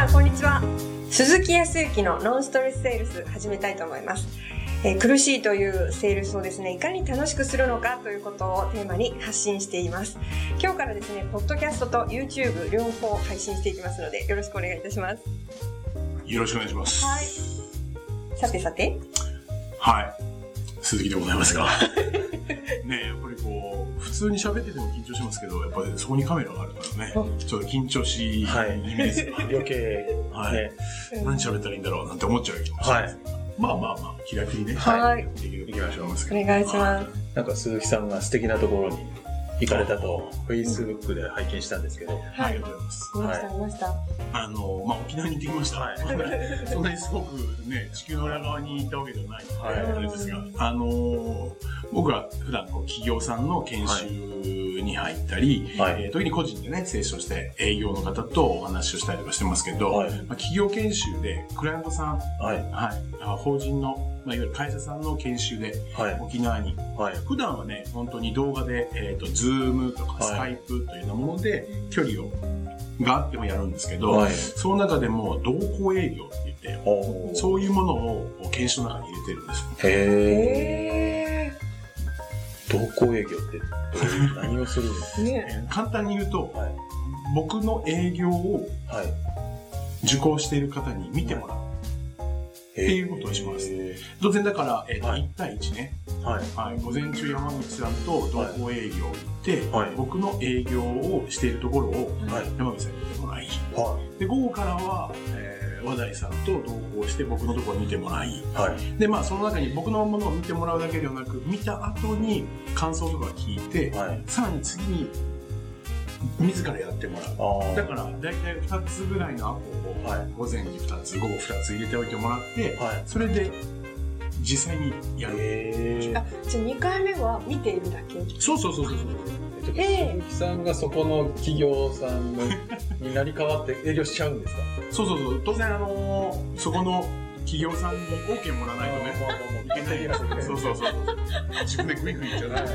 こんにちは。鈴木康之のノンストレスセールス始めたいと思います。苦しいというセールスをですね、いかに楽しくするのかということをテーマに発信しています。今日からですね、ポッドキャストと YouTube 両方配信していきますので、よろしくお願いいたします。 よろしくお願いします。 はい。さてさて。 はい。鈴木でございますが。ねえ、やっぱりこう、普通に喋ってても緊張しますけど、やっぱりそこにカメラがあるからね、ちょっと緊張しいイメージが、 余計、 はい。何喋ったらいいんだろうなんて思っちゃうかもしれないですけど、まあ、気楽にね、 はい。 できるいきましょう。 お願いします。 なんか鈴木さんが素敵なところに行かれたと、Facebook で拝見したんですけど。 はい、ありがとうございます。 見ました。 沖縄に行ってきました。はい。そんなにすごくね、地球の裏側に行ったわけではないので、あれですが、僕は普段企業さんの研修に入ったり、時に個人でね、接触して営業の方とお話をしたりとかしてますけど、企業研修でクライアントさん、法人の、いわゆる会社さんの研修で沖縄に、普段はね、本当に動画で、Zoom とか Skype というようなもので距離があってもやるんですけど、その中でも同行営業って言って、そういうものを研修の中に入れてるんですよ。 へー。同行営業って何をするんですか？ 簡単に言うと、僕の営業を受講している方に見てもらうっていうことをします。当然だから、1対1ね、午前中山口さんと同行営業行って、僕の営業をしているところを山口さんに見てもらい、で午後からは、和田井さんと同行して僕のところを見てもらい、でその中に僕のものを見てもらうだけではなく、見た後に感想とか聞いて、さらに次に自らやってもらう。だからだいたい2つぐらいのアポを午前に2つ午後2つ入れておいてもらって、それで実際にやる。 じゃあ2回目は見ているだけ？ そう。 鈴木さんがそこの企業さんになり変わって営業しちゃうんですか？ そう。当然そこの企業さんに OK もらわないとね、いけないやつ。そう。自分でグイグイ言っちゃない。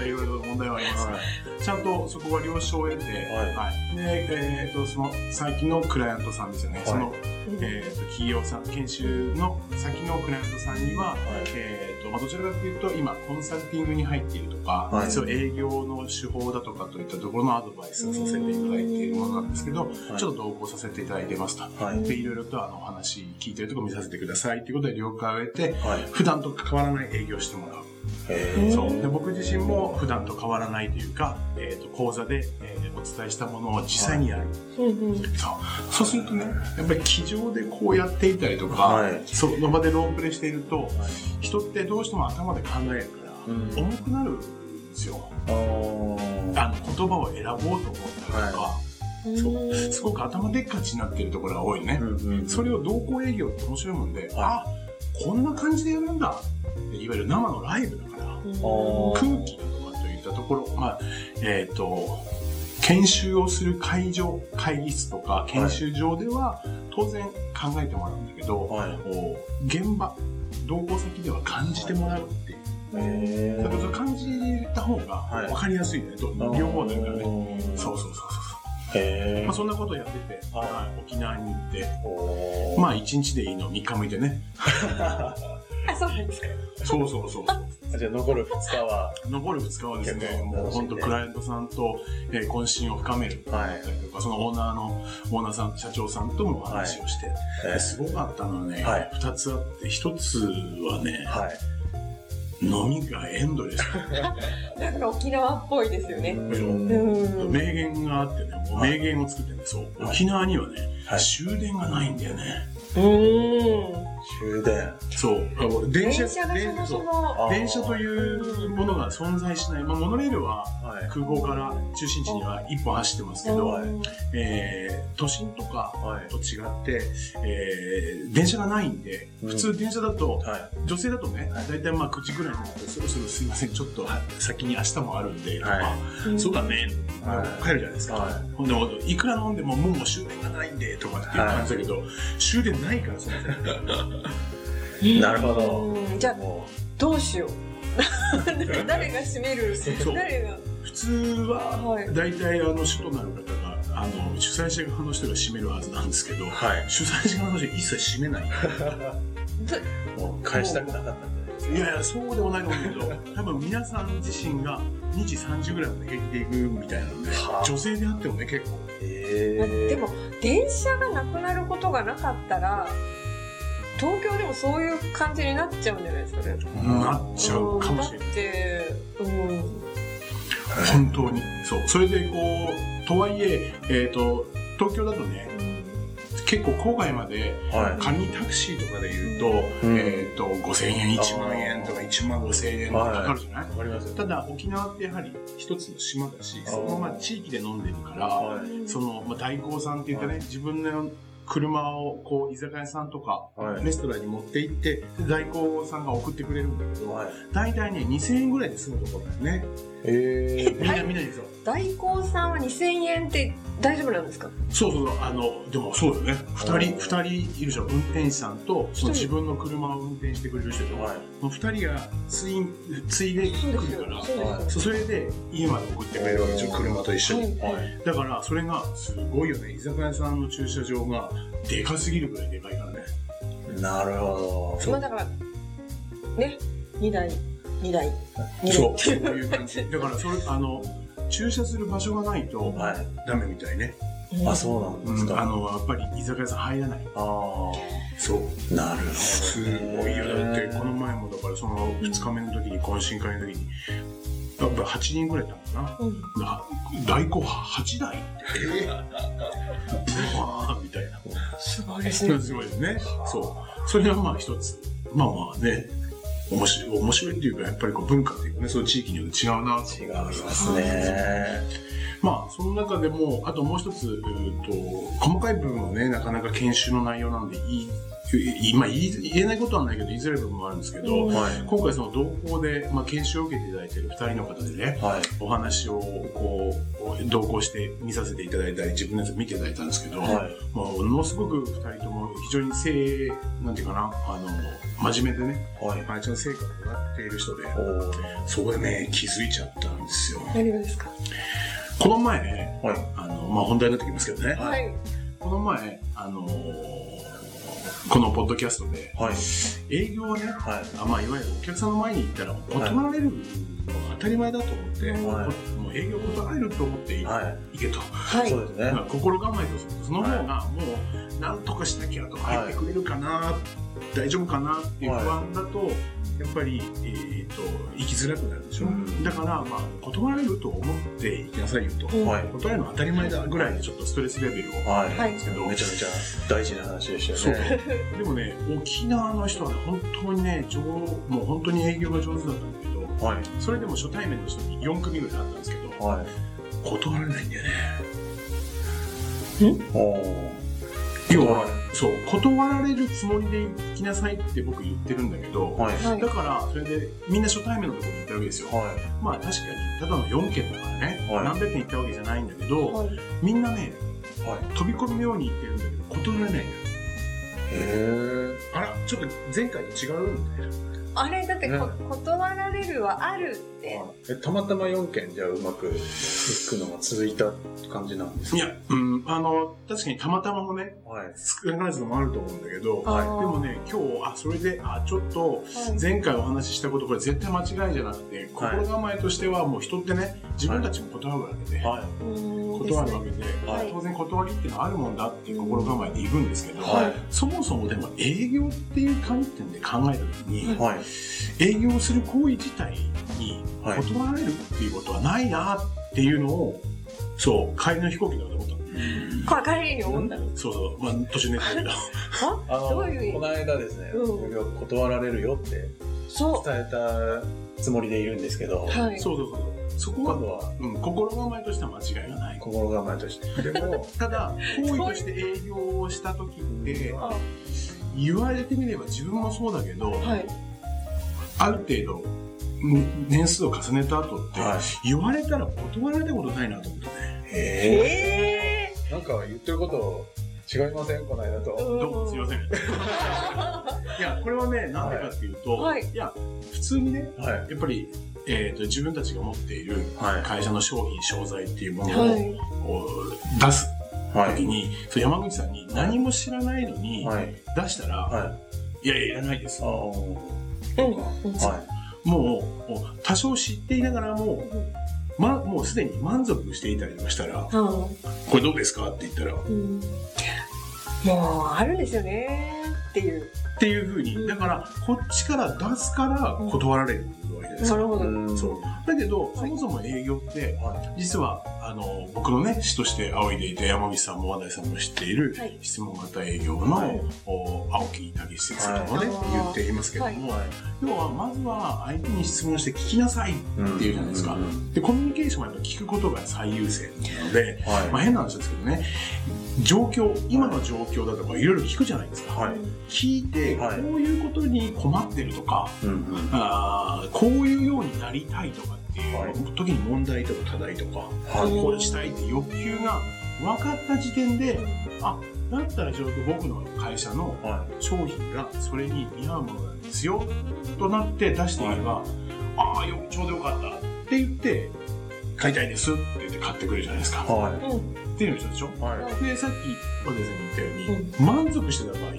いろいろ問題はありますが、ちゃんとそこは了承を得て、で、その最近のクライアントさんですよね。その企業さん、研修の先のクライアントさんには、どちらかというと、今、コンサルティングに入っているとか、実は営業の手法だとかといったところのアドバイスをさせていただいているものなんですけど、ちょっと同行させていただいてますと。で、いろいろとお話聞いてるところ見させてくださいということで了解を得て、普段と変わらない営業をしてもらう。で僕自身も普段と変わらないというか、講座で、お伝えしたものを実際にやる。そうするとね、やっぱり机上でこうやっていたりとか、その場でロープレしていると、人ってどうしても頭で考えるから、重くなるんですよ。言葉を選ぼうと思ったりとか、すごく頭でっかちになっているところが多いね。それを同行営業って面白いもんで、こんな感じでやるんだ。いわゆる生のライブだから、空気だとかといったところ、研修をする会場、会議室とか研修場では当然考えてもらうんだけど、現場、同行先では感じてもらうっていう。だから感じた方が分かりやすいね。両方だからね。そう。そんなことやってて、沖縄に行って、1日でいいの3日もいてね。 そうなんですか。 そう。 じゃあ残る2日はですね、もう本当クライアントさんと懇親を深める。とかそのオーナーさん、社長さんともお話をして、すごかったのはね、2つあって、1つはね、飲みがエンドレス。 なんか沖縄っぽいですよね。 名言があってね、もう名言を作ってね、沖縄にはね、終電がないんだよね。 終電。 そう。電車といいうものが存在しない。モノレールは空港から中心地には一本走ってますけど、都心とかと違って、電車がないんで、普通電車だと、女性だとね、だいたい9時ぐらいになって、そろそろすいません、ちょっと先に明日もあるんで、とか、そうだね、帰るじゃないですか。ほんで、いくら飲んでももう終電がないんで、とかっていう感じだけど、終電ないから、そのなるほど。 じゃあどうしよう。誰が閉める？誰が？ 普通はだいたい主となる方が主催者側の人が締めるはずなんですけど、 はい。 主催者側の人一切締めない。 もう返したくなかったんじゃないですか。 いやいや、そうでもないと思うけど、多分皆さん自身が2時3時ぐらいまで平気で行くみたいなので、女性であってもね、結構。 でも、電車がなくなることがなかったら、東京でもそういう感じになっちゃうんじゃないですかね。 なっちゃうかもしれない。 だって、 本当に。そう。それでとはいえ、東京だとね、結構郊外まで、仮にタクシーとかで言うと、5000円、1万円とか1万5000円とかかかるじゃない？ わかりますよ。 ただ、沖縄ってやはり一つの島だし、そのまま地域で飲んでるから、代行さんって言ってね、自分の車を居酒屋さんとか、レストランに持って行って、代行さんが送ってくれるんだけど、大体ね、2000円ぐらいで済むところだよね。みんなにそう。 代行さんは2000円って大丈夫なんですか？ そうそう、でもそうだよね。二人いるじゃん。運転手さんと、自分の車を運転してくれる人と、二人がついで来るから、それで家まで送ってくれるわけでしょ、車と一緒に。だから、それがすごいよね。居酒屋さんの駐車場がでかすぎるぐらいでかいからね。 なるほど。 まあだから、ね、2台。 そういう感じ。だから、駐車する場所がないとダメみたいね。 あ、そうなんですか。 やっぱり居酒屋さん入らない。そう。 なるほど。 すごいよ。だって、この前もだからその2日目の時に、懇親会の時に、やっぱ8人ぐらいいたのかな。代行8台ブワーみたいな。 すごいですね。 すごいですね。そう。それはまあ一つ。まあね。面白いっていうか、やっぱり文化っていうかね、そういう地域によって違うなと。 違いますね。 まあ、その中でも、あともう一つ、細かい部分はね、なかなか研修の内容なんで言えないことはないけど、言いづらい部分もあるんですけど、今回その同行で、研修を受けていただいている2人の方でね、お話を同行して見させていただいたり、自分のやつ見ていただいたんですけど、ものすごく2人とも非常になんていうかな、真面目でね、ちゃんと成果をもらっている人で、そこでね、気づいちゃったんですよ。 何がですか？ この前、本題になってきますけどね、この前、このポッドキャストで、営業はね、いわゆるお客さんの前に行ったら断られるのが当たり前だと思って、もう営業断られると思って行けと。 そうですね。 心構えとすると、その方がもう、なんとかしなきゃとか入ってくれるかな、大丈夫かなっていう不安だと、やっぱり、生きづらくなるでしょ。だから、断られると思って行きなさいよと。断られるのは当たり前だぐらいでちょっとストレスレベルをですけど、 めちゃめちゃ大事な話でしたよね。 でもね、沖縄の人はね、本当にね、もう本当に営業が上手だったんだけど、それでも初対面の人に4組ぐらいあったんですけど、断られないんだよね。要は、そう、断られるつもりで行きなさいって僕言ってるんだけど、だから、それでみんな初対面のところに行ったわけですよ。まあ確かに、ただの4件だからね、何百件行ったわけじゃないんだけど、みんなね、飛び込むように言ってるんだけど、断られないんだよ。あら、ちょっと前回と違うみたいな。 あれ、だって断られるはあるって。 たまたま4件じゃうまくいくのが続いた感じなんですか？ いや、確かにたまたまもね、少なからずもあると思うんだけど、でもね、今日、それで、ちょっと、前回お話ししたこと、これ絶対間違いじゃなくて、心構えとしては、もう人ってね、自分たちも断るわけで、断るわけで、当然断りっていうのはあるもんだっていう心構えで行くんですけど、そもそもでも営業っていう観点で考えたときに、営業する行為自体に断られるっていうことはないなっていうのを、そう、帰りの飛行機だと思ったの。 帰りに思ったの？ そうそう、途中寝たけど。 どういう意味？ この間ですね、断られるよって伝えたつもりでいるんですけど、そこは、心構えとしては間違いがない。 心構えとして。 でも、ただ、行為として営業をした時って、言われてみれば自分もそうだけど、ある程度、年数を重ねた後って、言われたら断られたことないなと思ってね。 なんか言ってること違いません？この間と。 どうもすいません。いや、これはね、なんでかっていうと、いや、普通にね、やっぱり、 自分たちが持っている会社の商品、商材っていうものを出す時に、山口さんに何も知らないのに出したら、いやいらないです。もう、多少知っていながらも、もうすでに満足していたりとかしたら、これどうですかって言ったら、 もうあるんですよねっていう風に、だからこっちから出すから断られるわけです。 なるほど。 そう。だけど、そもそも営業って、実は、僕のね、師として仰いでいて、山口さんも和田さんも知っている、質問型営業の、青木武史先生もね、言っていますけども、要は、まずは相手に質問して聞きなさいっていうじゃないですか。で、コミュニケーションはやっぱ聞くことが最優先なので、変な話ですけどね、今の状況だとかいろいろ聞くじゃないですか。聞いて、こういうことに困ってるとか、こういうようになりたいとかっていう時に問題とか課題とか、こうしたいって欲求が分かった時点で、だったらちょっと僕の会社の商品がそれに似合うものなんですよ、となって出していれば、ちょうどよかったって言って、買いたいですって言って買ってくれるじゃないですか。っていうの人でしょ。で、さっき小出さんに言ったように、満足してた場合って、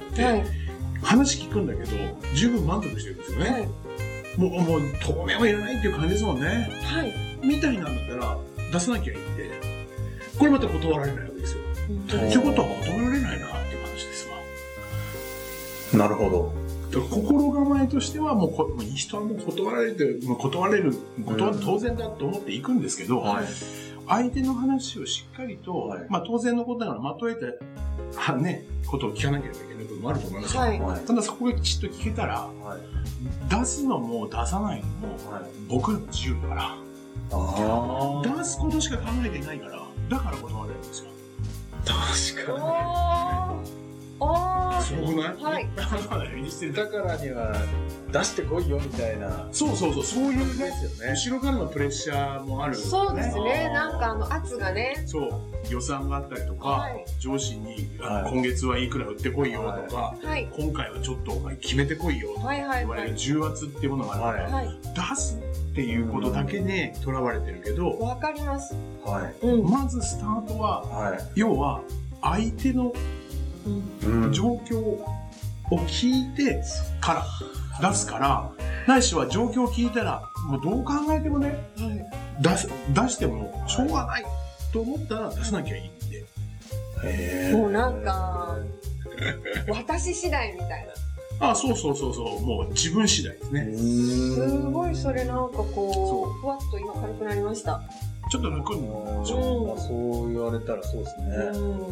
話聞くんだけど、十分満足してるんですよね。もう、当面はいらないっていう感じですもんね。みたいなんだったら、出さなきゃいいんで、これまた断られないわけですよ。ということは断られないなっていう話ですわ。 なるほど。 心構えとしては、もう人はもう断られることは当然だと思っていくんですけど、相手の話をしっかりと、当然のことながらまとえて、ことを聞かなければいけないこともあると思いますよ。ただそこがきちっと聞けたら、出すのも出さないのも、僕らの自由だから、出すことしか考えていないから、だから断られるんですよ。 確かに。 すごくない？ だからには出してこいよみたいな。 そういうね、後ろからのプレッシャーもある。 そうですね、なんか圧がね。 そう、予算があったりとか、上司に今月はいくら売ってこいよとか、今回はちょっとお前決めてこいよとか言われる重圧っていうものがあるから、出すっていうことだけで囚われてるけど、 わかります。 まずスタートは、要は相手の状況を聞いてから出すから、ないしは状況を聞いたら、もうどう考えてもね、出してもしょうがないと思ったら出さなきゃいいんで。もうなんか、私次第みたいな。そう、もう自分次第ですね。 すごいそれなんかこう、ふわっと今軽くなりました。 ちょっと楽になるでしょ。そう言われたらそうですね。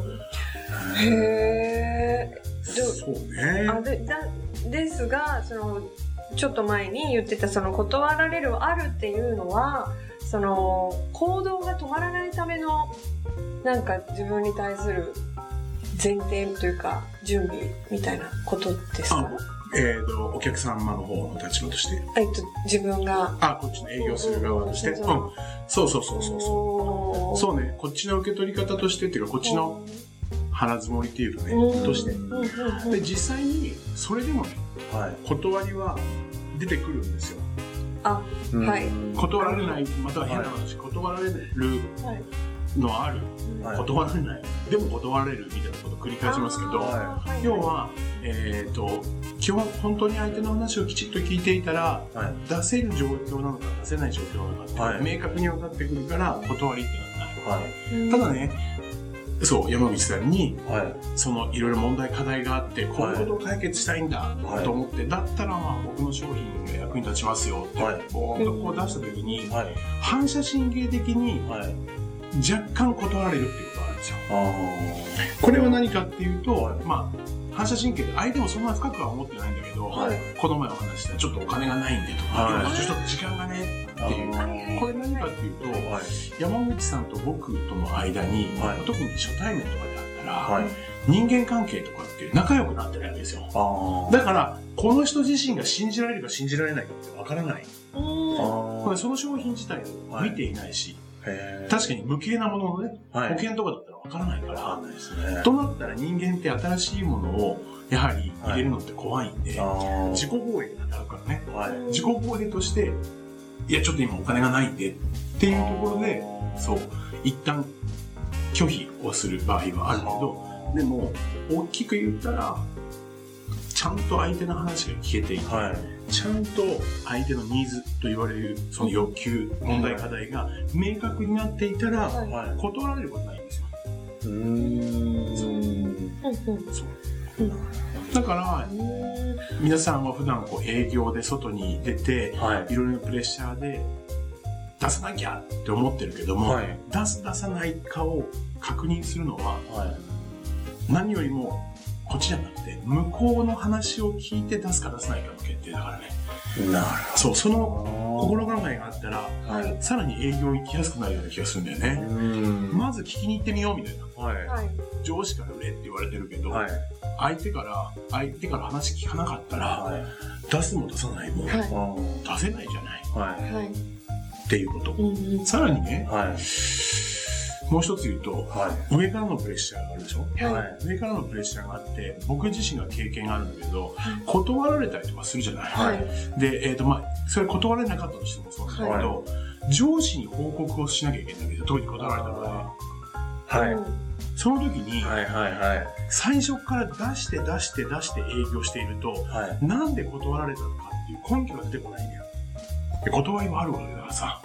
そうね。 ですが、ちょっと前に言ってた断られるあるっていうのは、行動が止まらないための、なんか自分に対する前提というか、準備みたいなことですか？ お客様の方の立場として。 自分が。 こっちの営業する側として。そう。そうね、こっちの受け取り方としてっていうか、こっちの腹積もりっていうかね、として。で、実際に、それでもね、断りは出てくるんですよ。断られない、または変な話、断られるのある。断られない。でも断られるみたいなことを繰り返しますけど、要は、基本本当に相手の話をきちっと聞いていたら、出せる状況なのか出せない状況なのかって明確に分かってくるから断りってならない。ただね、山口さんに、いろいろ問題課題があって、こういうことを解決したいんだと思って、だったら僕の商品が役に立ちますよってボーンとこう出した時に、反射神経的に若干断られるっていうことがあるんですよ。これは何かっていうと、反射神経で相手もそんな深くは思ってないんだけど、この前お話したちょっとお金がないんでとか、ちょっと時間がねっていう、これ何かっていうと、山口さんと僕との間に、特に初対面とかであったら、人間関係とかって仲良くなってないわけですよ。だから、この人自身が信じられるか信じられないかってわからない。その商品自体を見ていないし、確かに無形なもののね、保険とかだったらわからないから、となったら人間って新しいものをやはり入れるのって怖いんで、自己防衛になるからね、自己防衛としていやちょっと今お金がないんでっていうところで、そう一旦拒否をする場合はあるけど、でも大きく言ったらちゃんと相手の話が聞けていて、ちゃんと相手のニーズと言われるその欲求、問題課題が明確になっていたら、断られることないんですよ。そうだから皆さんは普段こう営業で外に出て、いろいろなプレッシャーで出さなきゃって思ってるけども、出さないかを確認するのは、何よりもこっちじゃなくて向こうの話を聞いて出すか出さないかの決定だからね。 なるほど。 その心構えがあったら、さらに営業行きやすくなるような気がするんだよね。まず聞きに行ってみようみたいな。上司から売れって言われてるけど、相手から話聞かなかったら、出すも出さないも、出せないじゃない。っていうこと。さらにね、もう一つ言うと、上からのプレッシャーがあるでしょ、上からのプレッシャーがあって、僕自身が経験があるんだけど、断られたりとかするじゃない、で、それ断られなかったとしてもそうなんだけど、上司に報告をしなきゃいけないんだけど、特に断られた場合。その時に、最初から出して営業していると、なんで断られたのかっていう根拠が出てこないんだよ。断りもあるわけだからさ。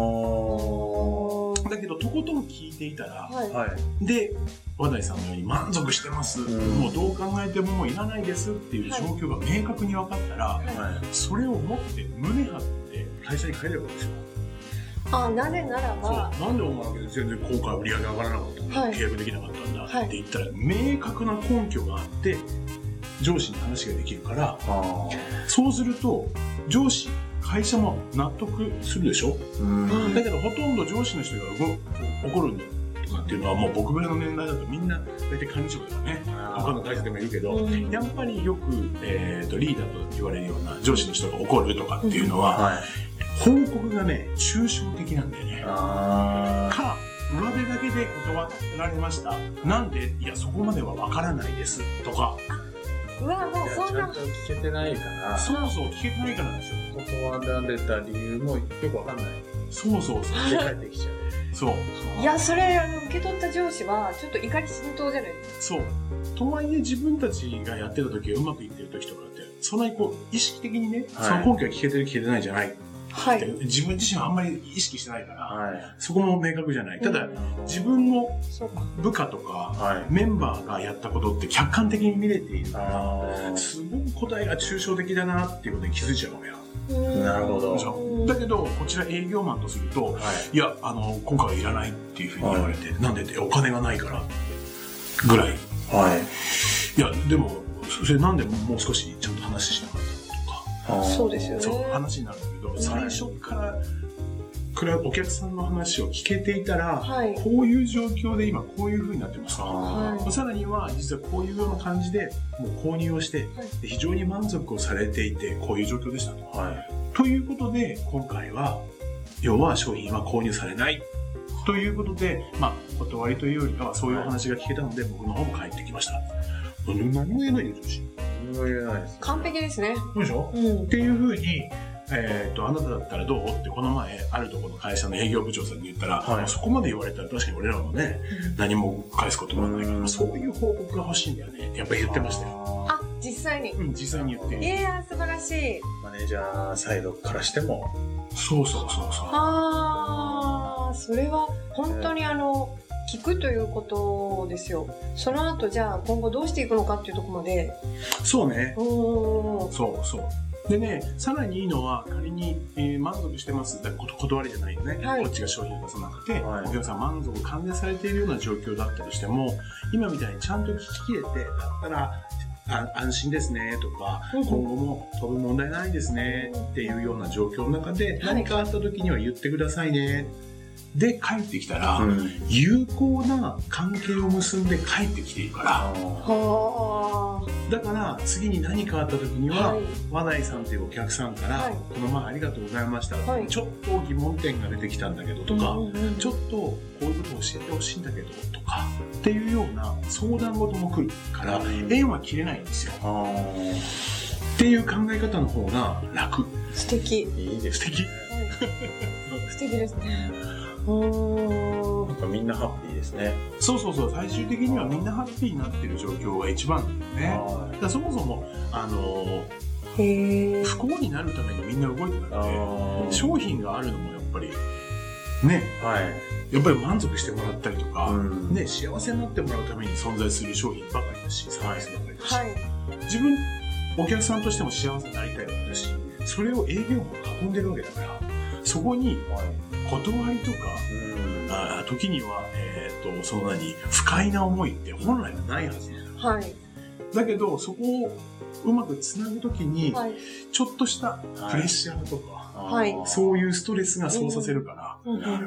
だけどとことん聞いていたら、で和田井さんのように満足してます、もうどう考えてももういらないですっていう状況が明確に分かったら、それを持って胸張って会社に帰れるわけですよ。 なぜならば、 なんでお前だけで全然効果売り上げ上がらなかったんだ、契約できなかったんだって言ったら、明確な根拠があって上司に話ができるから、そうすると上司会社も納得するでしょ。だけどほとんど上司の人が怒るとかっていうのは、もう僕ぐらいの年代だとみんな大体管理職とかね、他の会社でもいるけど、やっぱりよく、リーダーと言われるような上司の人が怒るとかっていうのは、報告がね抽象的なんだよね。上辺だけで断られました。なんで？いやそこまではわからないですとか。 もうそんなちゃんと聞けてないから。 聞けてないからなんですよ。 断られた理由もよくわかんない。で帰ってきちゃう。いや、それ受け取った上司はちょっと怒り心頭じゃないですか。 とはいえ自分たちがやってた時、うまくいってる時とかって、そんなにこう意識的にね、その根拠が聞けてる聞けてないじゃない。自分自身はあんまり意識してないから、そこも明確じゃない。ただ、自分の部下とか、メンバーがやったことって客観的に見れているから、すごく答えが抽象的だなっていうことに気づいちゃうわけよ。 なるほど。 だけど、こちら営業マンとすると、いや、今回はいらないっていうふうに言われて、なんでってお金がないから、ぐらい。いや、でも、それなんでもう少しちゃんと話しなかったのとか。 そうですよね。 そう話になるんだけど、最初からお客さんの話を聞けていたら、こういう状況で今こういう風になってます。さらには実はこういうような感じでもう購入をして、非常に満足をされていてこういう状況でしたと。ということで今回は要は商品は購入されないということで、断りというよりかはそういうお話が聞けたので、僕の方も帰ってきました。何も言えないよ、女子。 何も言えないです。 完璧ですね。 そうでしょ、っていう風に、あなただったらどうってこの前あるところの会社の営業部長さんに言ったら、そこまで言われたら確かに俺らもね、何も返すこともないから、そういう報告が欲しいんだよね。やっぱり言ってましたよ。 実際に。 実際に言ってる。 いや素晴らしい。 マネージャーサイドからしても。 そう。 それは本当に聞くということですよ。その後じゃあ今後どうしていくのかっていうところまで。 そうね。でね、さらにいいのは仮に、満足してますだから断りじゃないよね、こっちが商品を出さなくて、お客さん満足完全されているような状況だったとしても、今みたいにちゃんと聞き切れてだったら安心ですねとか、今後も飛ぶ問題ないですねっていうような状況の中で、何かあった時には言ってくださいねで帰ってきたら、有効な関係を結んで帰ってきているから、だから次に何かあった時には、和田井さんというお客さんから、この前ありがとうございました、ちょっと疑問点が出てきたんだけどとか、ちょっとこういうことを教えてほしいんだけどとかっていうような相談事も来るから、縁は切れないんですよ。っていう考え方の方が楽。 素敵。 いいです。 素敵。 素敵ですね。 なんかみんなハッピーですね。 そうそうそう、最終的にはみんなハッピーになってる状況が一番だよね。だからそもそも不幸になるためにみんな動いてなくて、商品があるのもやっぱりね、やっぱり満足してもらったりとか、ね、幸せになってもらうために存在する商品ばかりだし、サービスばかりだし、自分お客さんとしても幸せになりたいわけだし、それを営業も運んでるわけだから、そこに断りとか、時にはその不快な思いって本来はないはずなんだ。だけどそこをうまくつなぐときに、ちょっとしたプレッシャーとか、そういうストレスがそうさせるから、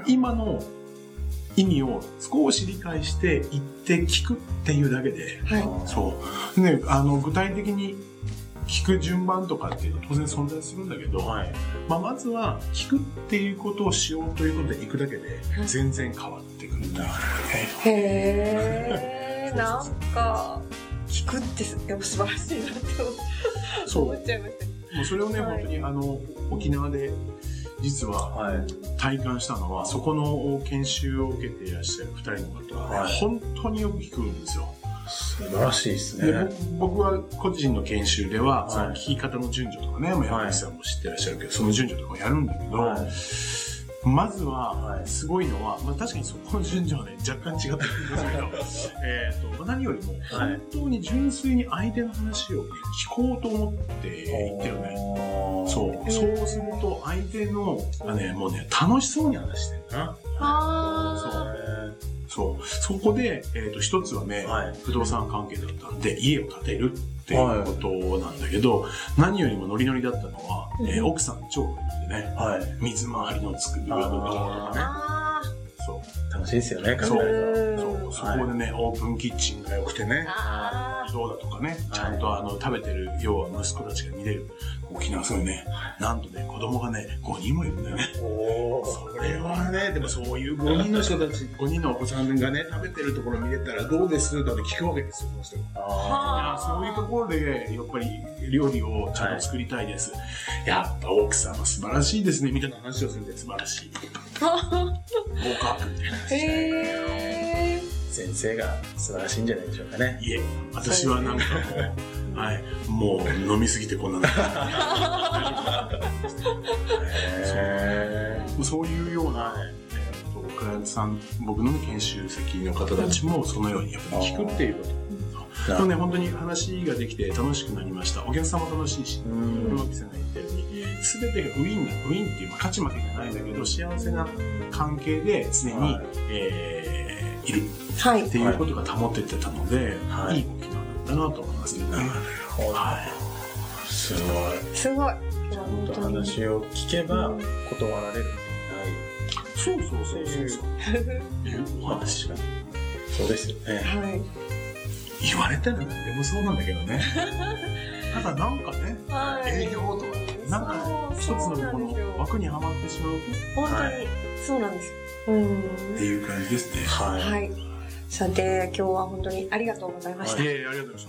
今の意味を少し理解して言って聞くっていうだけで、そうね、具体的に聞く順番とかっていうのは当然存在するんだけど、まずは聞くっていうことをしようということで行くだけで全然変わってくるんだ。 なんか聞くってやっぱ素晴らしいなって思っちゃいました。 もうそれをね、本当に沖縄で実は体感したのは、そこの研修を受けていらっしゃる2人の方は、本当によく聞くんですよ。 素晴らしいですね。 僕は個人の研修では、その聞き方の順序とかね、山口さんも知ってらっしゃるけど、その順序とかもやるんだけど、まずは、すごいのは、確かにそこの順序はね、若干違ってくるんですけど、何よりも、本当に純粋に相手の話を、聞こうと思って言ってるね。そうすると、相手の、もうね、楽しそうに話してるな。そこで、一つはね、不動産関係だったんで、家を建てるっていうことなんだけど、何よりもノリノリだったのは、奥さん超ノリでね、水回りの作りとかね。 楽しいですよね、 そこでね、オープンキッチンが良くてね、どうだとかね、ちゃんと食べてる、要は息子たちが見れる。沖縄すごいね、なんとね、子供がね、5人もいるんだよね。それはね、でもそういう5人の人たち、5人のお子さんがね、食べてるところ見れたらどうですかって聞くわけですよ、この人が。そういうところで、やっぱり料理をちゃんと作りたいです。やっぱ奥さんは素晴らしいですね、みたいな話をするんで素晴らしい。合格みたいな話で。 先生が素晴らしいんじゃないでしょうかね。 いえ、私はなんかもう飲みすぎてこんなの。そういうような、クライアントさん、僕の研修先の方たちもそのようにやっぱり聞くっていうこと。でもね、本当に話ができて楽しくなりました。お客さんも楽しいし、山木さんが言ったように、すべてがウィンっていう、勝ち負けじゃないんだけど、幸せな関係で常に、いるっていうことが保ててたので、いい沖縄だったなと思いますね。なるほど。 すごい。 本当話を聞けば断られる。 そう。いうお話が。 そうですよね。 言われたら何でもそうなんだけどね。ただなんかね、営業とかなんか一つのこの枠にはまってしまうと。本当にそうなんですよ。 っていう感じですね。 さて、今日は本当にありがとうございました。 ありがとうございました。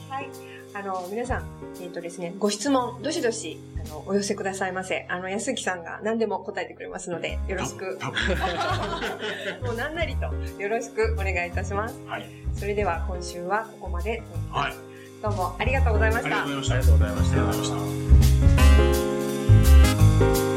皆さん、ですね、ご質問、どしどし、お寄せくださいませ。安木さんが何でも答えてくれますので、よろしく。もう何なりと、よろしくお願いいたします。それでは、今週はここまで。どうもありがとうございました。 ありがとうございました。